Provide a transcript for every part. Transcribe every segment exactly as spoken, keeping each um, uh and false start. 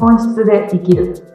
本質で生きる。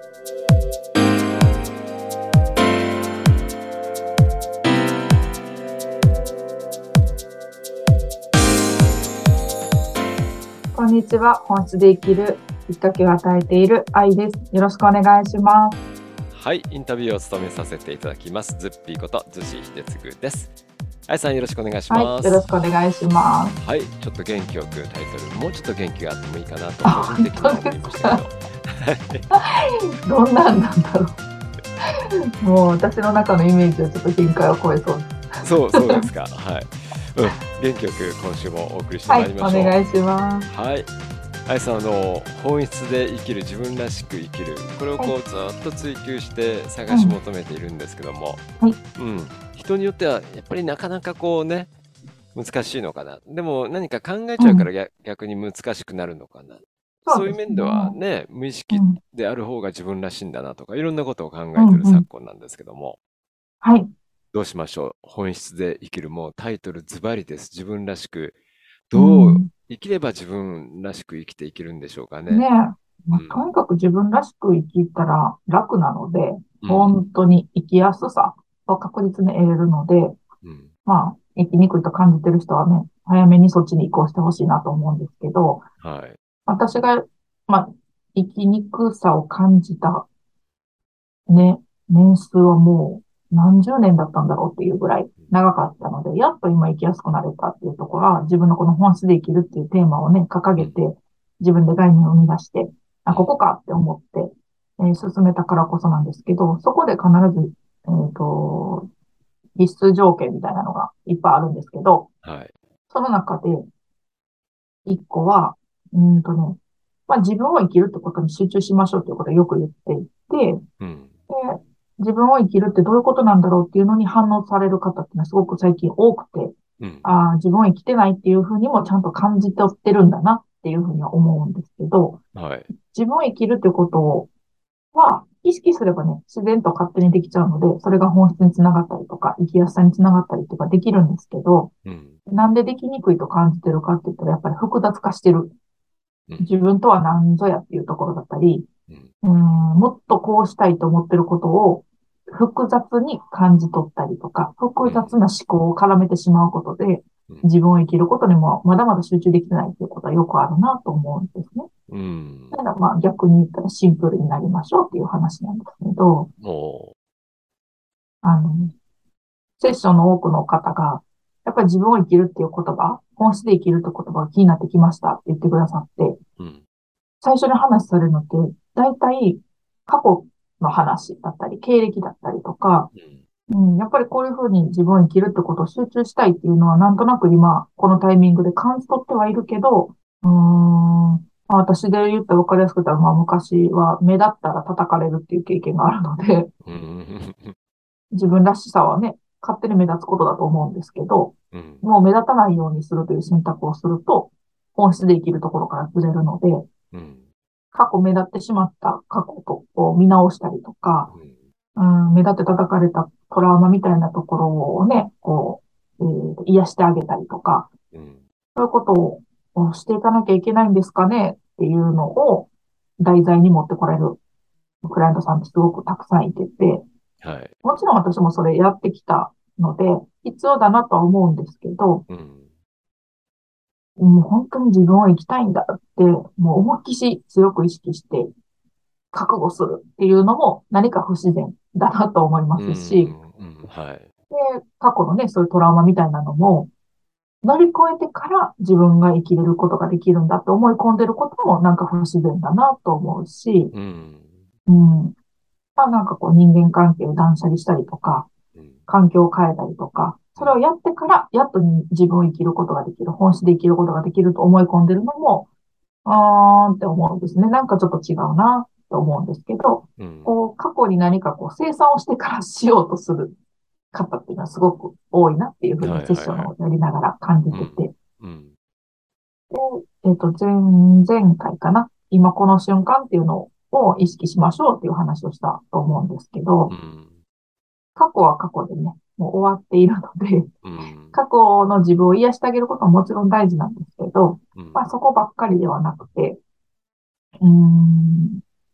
こんにちは。本質で生きるきっかけを与えている愛です。よろしくお願いします。 はい、インタビューを務めさせていただきますズッピーことズシ秀嗣です。愛さんよろしくお願いします。 はい、よろしくお願いします。 はい、ちょっと元気よくタイトルもうちょっと元気があってもいいかなとあ、 個人的には思いましたけどどんなんなんだろう。もう私の中のイメージはちょっと限界を超えそうです。 そうそうですか。はい、うん、元気よく今週もお送りしてまいりましょう。 はい、お願いします。 はい、愛さん、あの本質で生きる、自分らしく生きる、これをこう、 はい、 ずっと追求して探し求めているんですけども、 うん、はい、 うん、人によってはやっぱりなかなかこうね、難しいのかな。でも何か考えちゃうかうん、 ら逆逆に難しくなるのかな。 そうですね。 そういう面ではね、無意識うん、 である方が自分らしいんだなとか、いろんなことを考うん、 えてるうん。 昨今なんですけども、 はい。 どうしましょう。本質で生きる、もうタイトルズバリです。自分らしく。 うどうん。 生きれば自分らしく生きていけるんでしょうかね。 ねえ、まあ、とうん。 にかく自分らしく生きたら楽なので、 うん。 本当に生きやすさを確実に得れるので、 うん。 まあ、生きにくいと感じてる人はね、早めにそっちに移行してほしいなと思うんですけど、 はい。 私が、まあ、生きにくさを感じたね、年数はもう何十年だったんだろうっていうぐらい長かったので、やっと今生きやすくなれたっていうところは、自分のこの本質で生きるっていうテーマをね、掲うん。 げて、自分で概念を生み出して、あ、こうん。 こかって思って、えー進めたからこそなんですけど、そこで必ず、えっと、必須条件みたいなのがいっぱいあるんですけど、 はい。 その中で一個は、うーんとね、まあ自分を生きるってことに集中しましょうっていうことをよく言っていて、 うん。 で、自分を生きるってどういうことなんだろうっていうのに反応される方っていうのはすごく最近多くて、 うん。 ああ、自分を生きてないっていうふうにもちゃんと感じ取ってるんだなっていうふうには思うんですけど、 はい。 自分を生きるってことは意識すればね、自然と勝手にできちゃうので、それが本質につながったりとか、生きやすさにつながったりとかできるんですけど、 うん。 なんでできにくいと感じてるかって言ったら、やっぱり複雑化してる。 うん。 自分とは何ぞやっていうところだったり、 うん。 うーん、もっとこうしたいと思ってることを複雑に感じ取ったりとか、複雑うん。 な思考を絡めてしまうことで、 うん。 自分を生きることにもまだまだ集中できてないっていうことはよくあるなと思うんですね。 うん。 だからまあ逆に言ったらシンプルになりましょうっていう話なんですけど、 もあの、セッションの多くの方が、やっぱり自分を生きるっていう言葉、本質で生きるって言葉が気になってきましたって言ってくださって、 う、うん。 最初に話されるのって、大体過去の話だったり、経歴だったりとか、 うん。 うん、やっぱりこういうふうに自分を生きるってことを集中したいっていうのは、なんとなく今、このタイミングで感じ取ってはいるけど、うーん、まあ私で言ったら分かりやすく言ったら、まあ昔は目立ったら叩かれるっていう経験があるので、 うん。 自分らしさはね、勝手に目立つことだと思うんですけど、 うん。 もう目立たないようにするという選択をすると、本質で生きるところからずれるので、 うん。 過去目立ってしまった過去とを見直したりとか、 うん。 うん、目立って叩かれたトラウマみたいなところをね、こう、えー癒してあげたりとか、 うん。 そういうことをしていかなきゃいけないんですかねっていうのを題材に持ってこられるクライアントさんってすごくたくさんいてて、 はい。 もちろん私もそれやってきたので、必要だなとは思うんですけど、 うん。 もう本当に自分を生きたいんだって、もう思いっきし強く意識して覚悟するっていうのも何か不自然だなと思いまうすし、 ん。うん。はい。 で、過去のね、そういうトラウマみたいなのも乗り越えてから自分が生きれることができるんだって思い込んでることもなんか不自然だなと思うし、 うん。 うん。まあなんかこう人間関係を断捨離したりとか、 うん。 環境を変えたりとか、 うん。 それをやってから、やっと自分を生きることができる、本質で生きることができると思い込んでるのも、あーんって思うんですね。なんかちょっと違うなと思うんですけど、 うん。 こう、過去に何かこう、生産をしてからしようとする方っていうのはすごく多いなっていうふうはにセッションいはいはい。 をやりながら感じうん。 てて、 うん。 えっと、前、前回かな今この瞬間っていうのを意識しましょうっていう話をしたと思うんですけど、 うん。 過去は過去でね、もう終わっているので、 うん。 過去の自分を癒してあげることはもちろん大事なんですけど、 うん。 まあそこばっかりではなくて、うーん、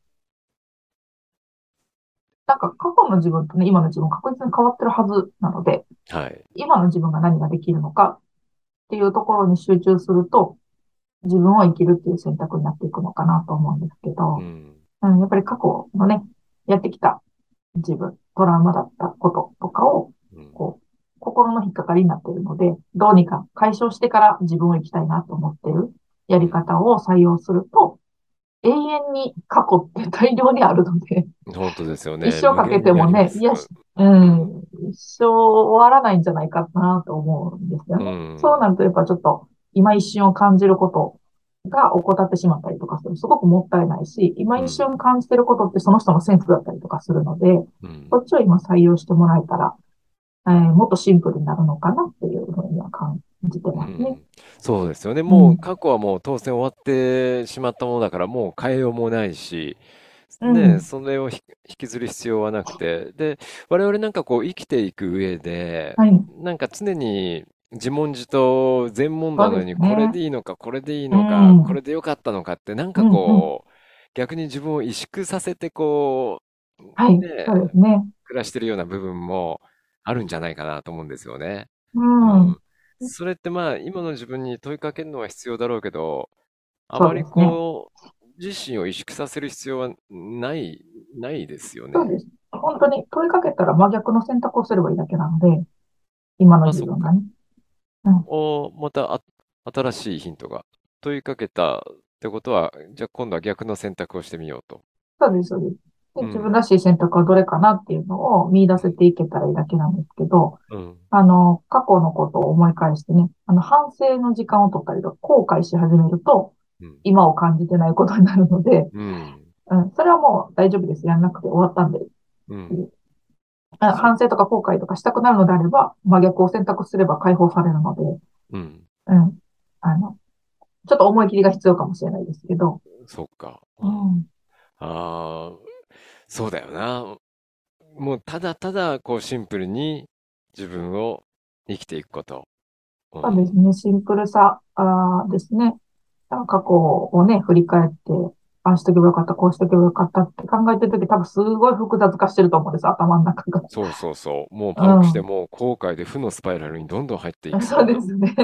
なんか過去の自分とね、今の自分確実に変わってるはずなので、 はい。 今の自分が何ができるのかっていうところに集中すると、自分を生きるっていう選択になっていくのかなと思うんですけど、 うん。 うん、やっぱり過去のね、やってきた自分、トラウマだったこととかを、 うん。 こう、心の引っかかりになっているので、どうにか解消してから自分を生きたいなと思っているやりうん。 方を採用すると、永遠に過去って大量にあるので、 本当ですよね。 一生かけ無限にあてもね、 ります。 いやし、ううん。 ん、一生終わらないんじゃないかなと思うんですようね。そうん。 なるとやっぱちょっと、今一瞬を感じることが怠ってしまったりとかする。すごくもったいないし、今一うん。 瞬感じてることってその人のセンスだったりとかするので、 うん。 こっちを今採用してもらえたら、えーもっとシンプルになるのかなっていうふうには感じてますね。 うん。そうですよね。 うん。 もう過去はもう当選終わってしまったものだからもう変えようもないし、ね、 うん。 それをひ引きずる必要はなくて、で、我々なんかこう生きていく上で、 はい。 なんか常に自問自答、全問そうで答のようにこれすね。 でいいのか、これでいいうのか、こん。 れでよかったのかって、なんかうん、うん。 こう、逆に自分を萎縮させてこはい。 う、ね、 そうですね。 暮らしてるような部分もあるんじゃないかなと思うんですよね。 ううん。 ん。それってまあ、今の自分に問いかけるのは必要だろうけど、あまりそうですね。 こう、自身を萎縮させる必要はない、ないですよね。 そうです。本当に問いかけたら真逆の選択をすればいいだけなので、今のあ、そっか。 自分がね。うん。 お、またあ、新しいヒントが。問いかけたってことは、じゃあ今度は逆の選択をしてみようと。 そうです、そうです。で、 うん。 自分らしい選択はどれかなっていうのを見出せていけたらいいだけなんですけど、 うん。 あの、過去のことを思い返してね、あの、反省の時間を取ったりとか、後悔し始めると、 うん。 今を感じてないことになるので、 うん。 うん、それはもう大丈夫です。やんなくて終わったんで。 うん。 あそっか。 反省とか後悔とかしたくなるのであれば、真逆を選択すれば解放されるので、 うん。 うん。あの、ちょっと思い切りが必要かもしれないですけど、 そっか。うん。あうん。 あ、そうだよな。もうただただこうシンプルに自分を生きていくこと。うん。 そうですね。シンプルさ、あーですね。過去をね、振り返って、ああしとけばよかった、こうしとけばよかったって考えてるとき、多分すごい複雑化してると思うんです、頭の中が。 そうそうそう。もうパンクしてうもう後悔で負のスパイラルにどんどん入っていん。 きそうそうな。 ですね。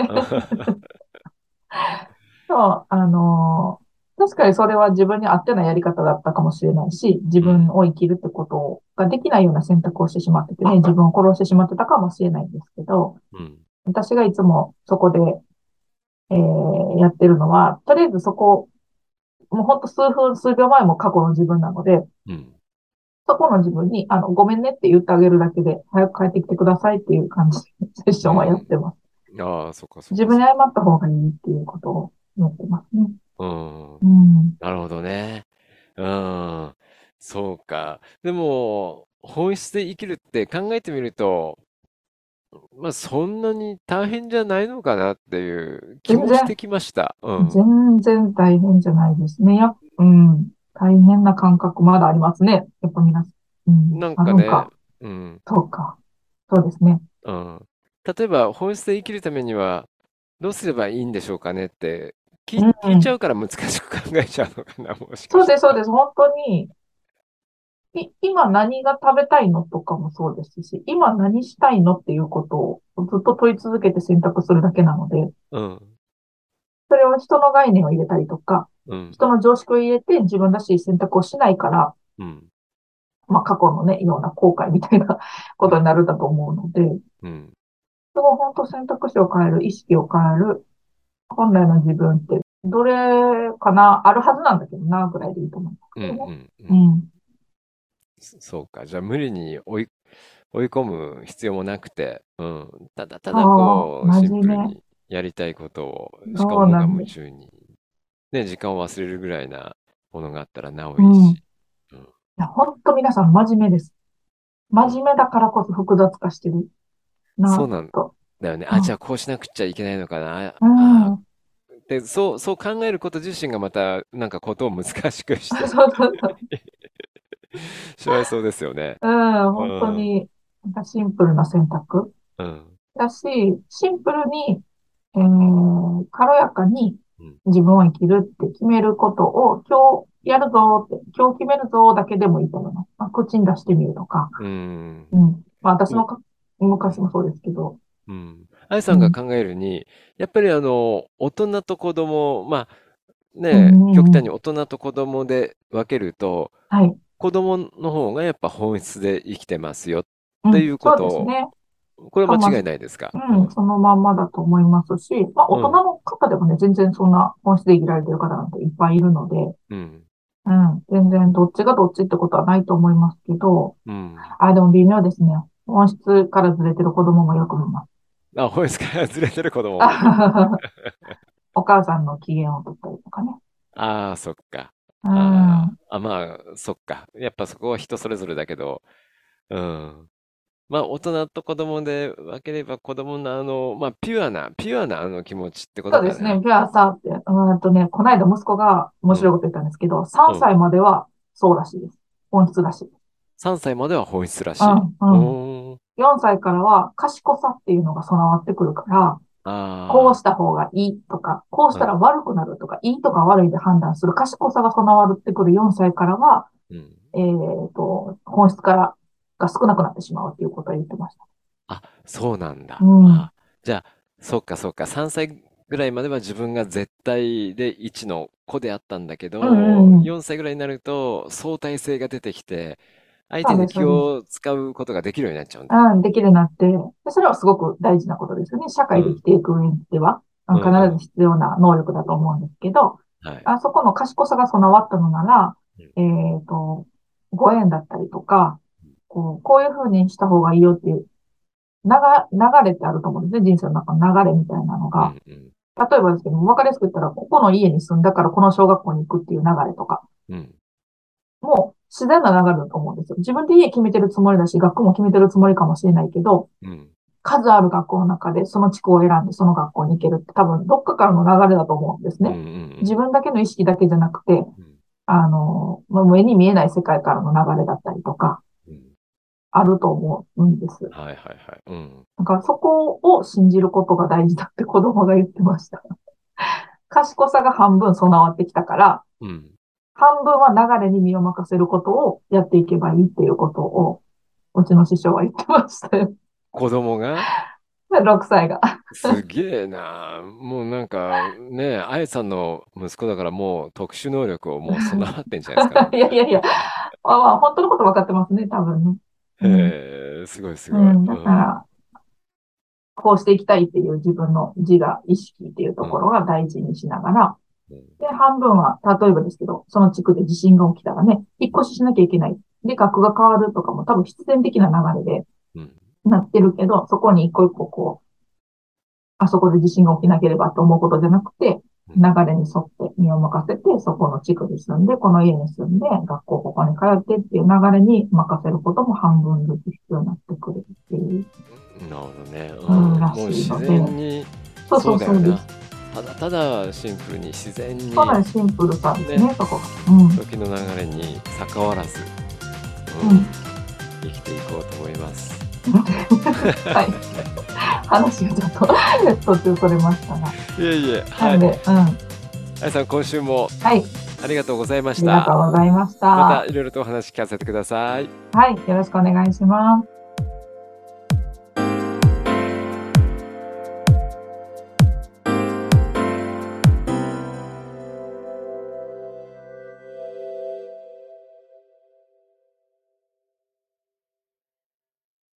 そう、あのー確かにそれは自分に合ってないやり方だったかもしれないし、自うん。 分を生きるってことができないような選択をしてしまっててね、自分を殺してしまってたかもしれないんですけど、 うん。 私がいつもそこで、えーやってるのは、とりあえずそこ、もうほんと数分、数秒前も過去の自分なので、 うん。 そこの自分に、あの、ごめんねって言ってあげるだけで、早く帰ってきてくださいっていう感じで、セッションはやっうん。 てます。 ああ、そっかそっ自分に謝かそっか。 った方がいいっていうことを言ってますね。 うん。 うん。 なるほどね。うん。そうか。でも、本質で生きるって考えてみると、まあそんなに大変じゃないのかなっていう気全然、 もしてきました。うん。 全然大変じゃないですね。や、うん。大変な感覚まだありますね。やっぱ皆さん。うん。 なんかね、 あるんか。 うん。 そうか。そうですね。 うん。例えば、本質で生きるためには、どうすればいいんでしょうかねって聞い、 うん。 聞いちゃうから難しく考えちゃうのかな、もしかそうです、そうしたら。 です。本当に、い、今何が食べたいのとかもそうですし、今何したいのっていうことをずっと問い続けて選択するだけなので、 うん。 それを人の概念を入れたりとか、 うん。 人の常識を入れて自分らしい選択をしないから、 うん。 まあ過去のね、ような後悔みたいなことにうん。 なるんだと思うので、 うん。 その本当選択肢を変える、意識を変える、本来の自分ってどれかな、あるはずなんだけどな、ぐらいでいいと思うんですうん。うけどね。 ん。うん。 うん。 そそうか。じゃあ無理に追い、追い込む必要もなくて、うん。ただただそう、 こう、シン真面目。 プルにやりたいことを、しかもそう無我なんです。 夢中に、ね、時間を忘れるぐらいなものがあったらなおうん。いいいし。うん。 や、本当皆さん真面目です。真うん。 面目だからこそ複雑化してるな、 そうなんと。 だよね。あ、じゃうん。 あこうしなくちゃいけないのかな。あ、 うあん。 で、そう、そう考えること自身がまた、なんかことを難しくしそうてそうそう。 しまいそうですよね。 うん。 う本当ん。 に、なんかシンプルな選択うん。 だし、シンプルに、えー、軽やかにうん。 自分を生きるって決めることを今日やるぞって、今日決めるぞだけでもいいと思います。まあ、口に出してみるとか。 うん。 うん。まあ、私ものかう、うん。 昔もそうですけど。 うん。あやさうん。 んが考えるに、やっぱりあの、大人と子供、まあうね、極んうんうん。 端に大人と子供で分けると、 はい。 子供の方がやっぱ本質で生きてますよっうん。 ていうこそうとを、 ですね。 これはあ、まあ、 間違いないですか？ううん、 ん。 そのまんまだと思いますし、まあ、大人うん。 の方でもね、全然そんな本質で生きられてる方なんていっぱいいるので、 うん。 うん、全然どっちがどっちってことはないと思いますけど、 うん。 あ、でも微妙ですね。本質からずれてる子供もよく見ます。 あ、本質からずれてる子供もいる。 あお母さんの機嫌を取ったりとかね。 ああ、そっか。 うあん。 あ、あ、まあ、そっか。やっぱそこは人それぞれだけど、うん。まあ、大人と子供で分ければ子供のあの、まあ、ピュアな、ピュアなあの気持ちってこそうですね。 とかな。 じゃあさ、って、うーんとね、この間息子が面うん。 白いこと言ったんですけど、3 うん。 歳まではそうらしいです。本質らしい。 さんさいまでは本質らしい。 うん、 ううん。 ーん。 よんさいからは賢さっていうのが備わってくるから、こうあした方がいいとか、こうしあ、うん。 たら悪くなるとか、いいとか悪いで判断する賢さが備わってくるよんさいからは、 うん。 えっと、本質からが少なくなってしまうっていうことを言ってました。 あ、そうなんうだ。 ん。 あ、じゃあ、そっかそっか。さんさいぐらいまでは自分が絶対でいちの子であったんだけうんうど、 んうん。 よんさいぐらいになると相対性が出てきて、相手そうです、 に気そうです。 を使うことができるようになっちゃうんだ。 うん、できるようになって、でそれはすごく大事なことですよね。社会で生きうん。 ていく上では、うん必うんうん。 ず必要な能力だと思うんですけど、 はい。 あそこの賢さが備わったのなら、 うん。 えっと、ご縁だったりとか、こう、こういうふうにした方がいいよっていう流、流れってあると思うんですね。人生の中の流れみたいなのが。 うんうん。 例えばですけども、分かりやすく言ったら、ここの家に住んだからこの小学校に行くっていう流れとか、 うん。 もう自然な流れだと思うんですよ。自分で家決めてるつもりだし、学校も決めてるつもりかもしれないけど、 うん。 数ある学校の中でその地区を選んでその学校に行けるって多分どっかからの流れだと思うんですうんうね。自ん分だけの意識だけじゃなくて、 うん。 あの、まあ目に見えない世界からの流れだったりとか、 うん。 あると思うんです。 はいはいはい。うん。 だからそこを信じることが大事だって子供が言ってました。賢さが半分備わってきたから、 うん。 半分は流れに身を任せることをやっていけばいいっていうことを、うちの師匠は言ってましたよ。 子供がろくさいが。 すげえな。もうなんかね、あやさんの息子だからもう特殊能力をもう備わってんじゃないですか、なんか。 いやいやいや、まあ、まあ本当のこと分かってますね、多分ね。うん。 へえ、すごいすごい。 うん。だかうん。 ら、こうしていきたいっていう自分の自我、意識っていうとうん。 ころが大事にしながら、 うん。 で、半分は、例えばですけど、その地区で地震が起きたらね、引っ越ししなきゃいけない。で、学が変わるとかも多分必然的な流れでうん。 なってるけど、そこに一個一個こう、あそこで地震が起きなければと思うことじゃなくて、 うん。 流れに沿って身を任せて、そこの地区に住んで、この家に住んで、学校ここに通ってっていう流れに任せることも半分ずつ必要になってくるっていう、 なるほどね。 うん、 うん。 らしもう自いので、 然に、 そうそそうだよな。 うそうです。 ただただシンプルに自然に、 かなりシンプルさですね、 ね、そこが。うん。 時の流れに逆らわず、 うん。 うん、生きていこうと思います。 はい。話がちょっと途中それましたが。 いえいえ、はい。 なんで、うん。はあやさん、今週もい。 ありがとうございまありがとした。 うございましまたた。 いろいろとお話聞かせてください。 はい。よろしくお願いします。